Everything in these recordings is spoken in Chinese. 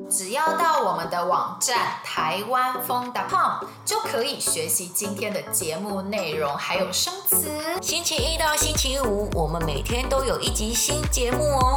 只要到我们的网站台湾风 .com 就可以学习今天的节目内容，还有生词。 星期一到星期五，我们每天都有一集新节目哦。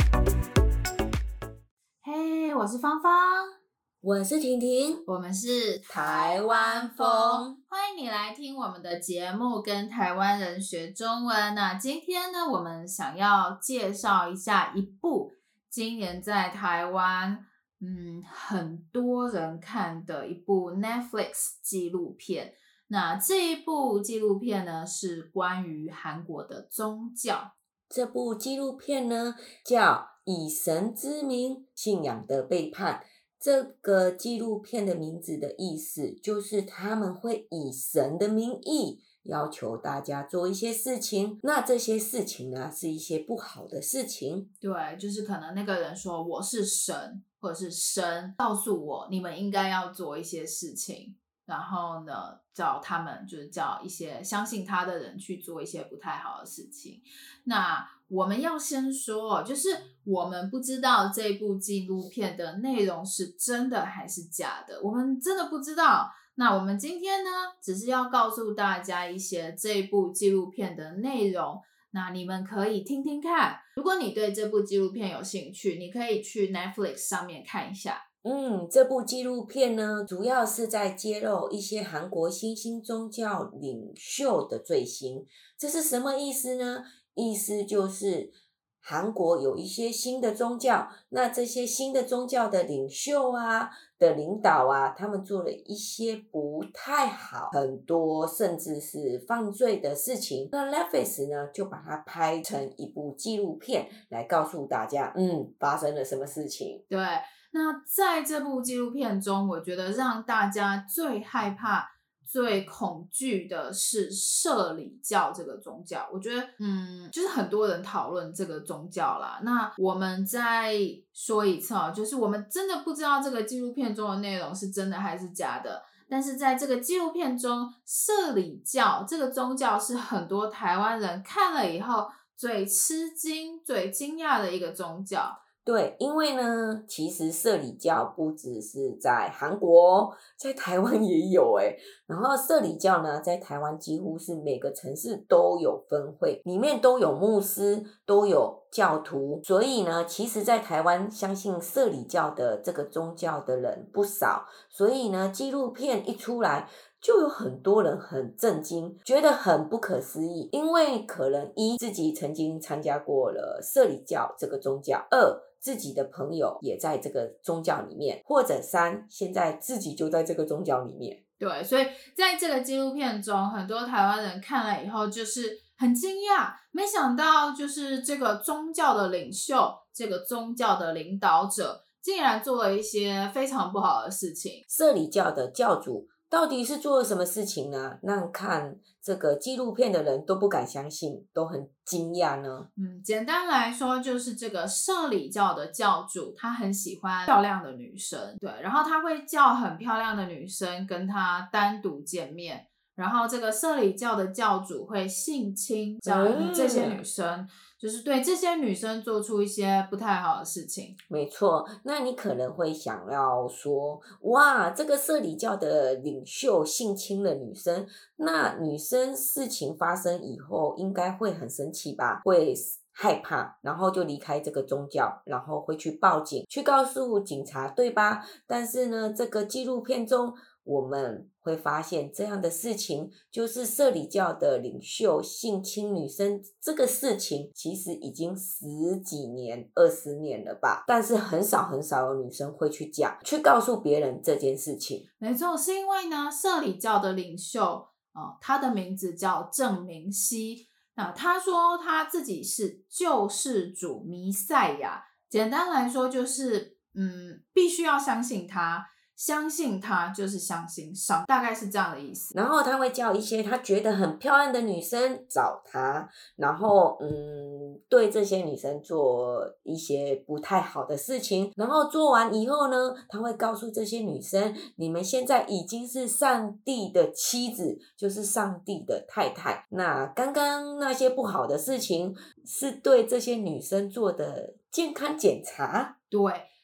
嘿，我是芳芳， 我是婷婷， 我们是台湾风， 欢迎你来听我们的节目，跟台湾人学中文。那今天呢，我们想要介绍一下一部今年在台湾很多人看的一部 Netflix 纪录片。那这一部纪录片呢，是关于韩国的宗教。 这部纪录片呢叫以神之名，信仰的背叛。这个纪录片的名字的意思就是他们会以神的名义要求大家做一些事情，那这些事情呢是一些不好的事情。 对，就是可能那个人说我是神，或者是神告诉我你们应该要做一些事情，然后呢叫他们就是叫一些相信他的人去做一些不太好的事情。那我们要先说，就是我们不知道这部纪录片的内容是真的还是假的，我们真的不知道。那我们今天呢，只是要告诉大家一些这部纪录片的内容，那你们可以听听看。如果你对这部纪录片有兴趣，你可以去 Netflix 上面看一下。 这部纪录片呢，主要是在揭露一些韩国新兴宗教领袖的罪行。这是什么意思呢？意思就是韩国有一些新的宗教，那这些新的宗教的领袖啊的领导啊，他们做了一些不太好，很多甚至是犯罪的事情。那 Netflix 呢就把它拍成一部纪录片来告诉大家发生了什么事情。 对，那在这部纪录片中，我觉得让大家最害怕最恐惧的是社里教这个宗教。我觉得就是很多人讨论这个宗教啦。那我们再说一次就是我们真的不知道这个纪录片中的内容是真的还是假的，但是在这个纪录片中，社里教这个宗教是很多台湾人看了以后最吃惊最惊讶的一个宗教。 对，因为呢，其实社里教不只是在韩国，在台湾也有然后社里教呢，在台湾几乎是每个城市都有分会，里面都有牧师，都有教徒，所以呢，其实在台湾相信社里教的这个宗教的人不少，所以呢，纪录片一出来，就有很多人很震惊，觉得很不可思议，因为可能一自己曾经参加过了社里教这个宗教，二自己的朋友也在这个宗教里面，或者三现在自己就在这个宗教里面。 对，所以在这个纪录片中，很多台湾人看了以后就是很惊讶，没想到就是这个宗教的领袖，这个宗教的领导者竟然做了一些非常不好的事情。 社里教的教主到底是做了什么事情呢？让看这个纪录片的人都不敢相信，都很惊讶呢。 简单来说，就是这个社里教的教主，他很喜欢漂亮的女生，对，然后他会叫很漂亮的女生跟他单独见面，然后这个社里教的教主会性侵这些女生，就是对这些女生做出一些不太好的事情。 没错，那你可能会想要说，哇，这个社里教的领袖性侵了女生，那女生事情发生以后应该会很生气吧，会害怕，然后就离开这个宗教，然后会去报警，去告诉警察，对吧？但是呢，这个纪录片中我们会发现这样的事情，就是社里教的领袖性侵女生这个事情，其实已经10几年、20年了吧，但是很少有女生会去讲，去告诉别人这件事情。 没错，是因为呢，社里教的领袖他的名字叫郑明熙。那他说他自己是救世主弥赛亚，简单来说就是必须要相信他，相信他就是相信上，大概是这样的意思。 然后他会叫一些他觉得很漂亮的女生找他，然后对这些女生做一些不太好的事情，然后做完以后呢，他会告诉这些女生，你们现在已经是上帝的妻子，就是上帝的太太。那刚刚那些不好的事情是对这些女生做的健康检查。 对，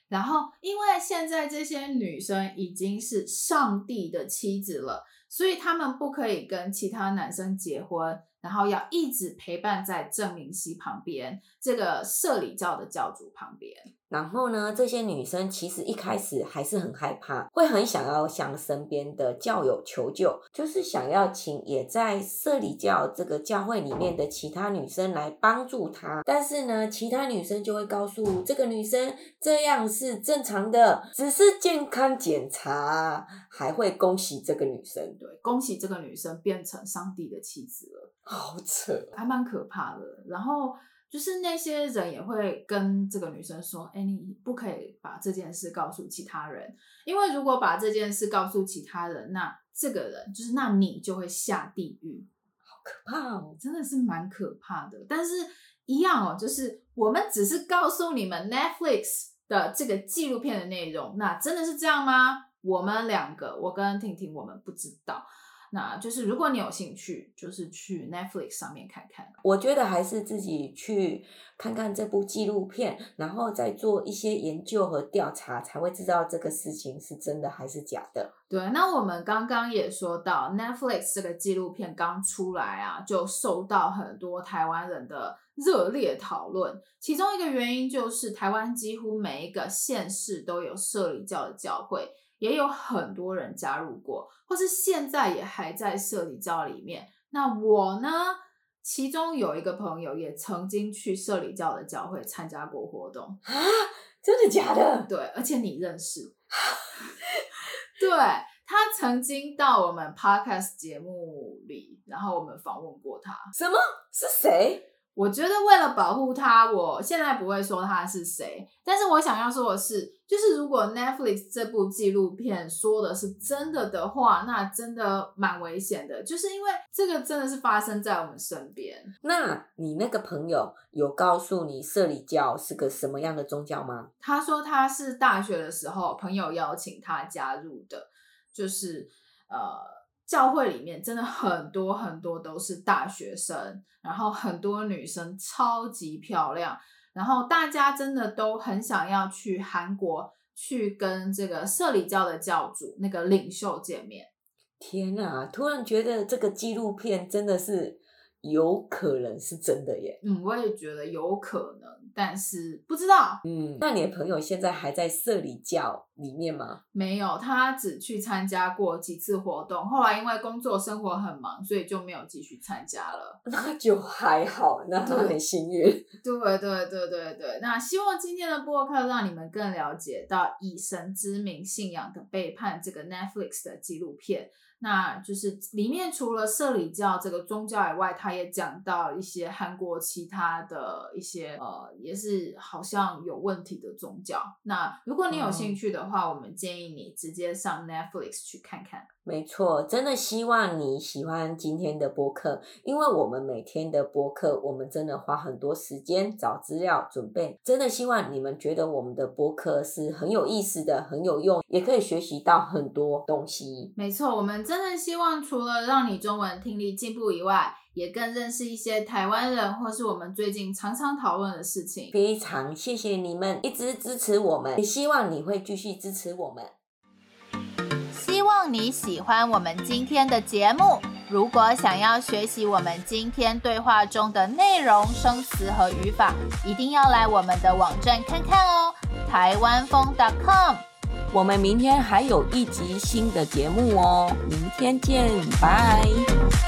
然后因为现在这些女生已经是上帝的妻子了，所以她们不可以跟其他男生结婚，然后要一直陪伴在郑明熙旁边，这个社里教的教主旁边。 然后呢，这些女生其实一开始还是很害怕，会很想要向身边的教友求救，就是想要请也在社里教这个教会里面的其他女生来帮助她。但是呢，其他女生就会告诉这个女生，这样是正常的，只是健康检查，还会恭喜这个女生。 对，恭喜这个女生变成上帝的妻子了， 好扯， 还蛮可怕的。然后就是那些人也会跟这个女生说，你不可以把这件事告诉其他人，因为如果把这件事告诉其他人，那这个人就是那你就会下地狱。 好可怕哦， 真的是蛮可怕的。但是一样哦，就是我们只是告诉你们 Netflix 的这个纪录片的内容，那真的是这样吗？我们两个，我跟婷婷，我们不知道。那就是如果你有兴趣，就是去 Netflix 上面看看。 我觉得还是自己去看看这部纪录片，然后再做一些研究和调查，才会知道这个事情是真的还是假的。 对，那我们刚刚也说到 Netflix 这个纪录片刚出来啊，就受到很多台湾人的热烈讨论。其中一个原因就是台湾几乎每一个县市都有社里教的教会，也有很多人加入过，或是现在也还在社里教里面。那我呢，其中有一个朋友也曾经去社里教的教会参加过活动。 啊，真的假的？ 对，而且你认识。对，他曾经到我们 podcast 节目里，然后我们访问过他。 什么？是谁？ 我觉得为了保护他，我现在不会说他是谁，但是我想要说的是，就是如果 Netflix 这部纪录片说的是真的的话，那真的蛮危险的，就是因为这个真的是发生在我们身边。 那你那个朋友有告诉你社里教是个什么样的宗教吗？ 他说他是大学的时候朋友邀请他加入的，就是教会里面真的很多很多都是大学生，然后很多女生超级漂亮，然后大家真的都很想要去韩国去跟这个社里教的教主那个领袖见面。 天啊，突然觉得这个纪录片真的是有可能是真的耶。 我也觉得有可能，但是不知道。 那你的朋友现在还在社里教里面吗？ 没有，他只去参加过几次活动，后来因为工作生活很忙，所以就没有继续参加了。 那就还好，那他很幸运。 对，那希望今天的播客让你们更了解到以神之名信仰的背叛这个 Netflix 的纪录片。那就是里面除了社里教这个宗教以外，他也讲到一些韩国其他的一些也是好像有问题的宗教。那如果你有兴趣的话，我们建议你直接上 Netflix 去看看。 没错，真的希望你喜欢今天的播客，因为我们每天的播客，我们真的花很多时间找资料准备，真的希望你们觉得我们的播客是很有意思的，很有用，也可以学习到很多东西。 没错，我们真的希望除了让你中文听力进步以外，也更认识一些台湾人或是我们最近常常讨论的事情。 非常谢谢你们一直支持我们，也希望你会继续支持我们。 希望你喜欢我们今天的节目。如果想要学习我们今天对话中的内容、生词和语法，一定要来我们的网站看看哦，台湾风.com。 我们明天还有一集新的节目哦，明天见，拜。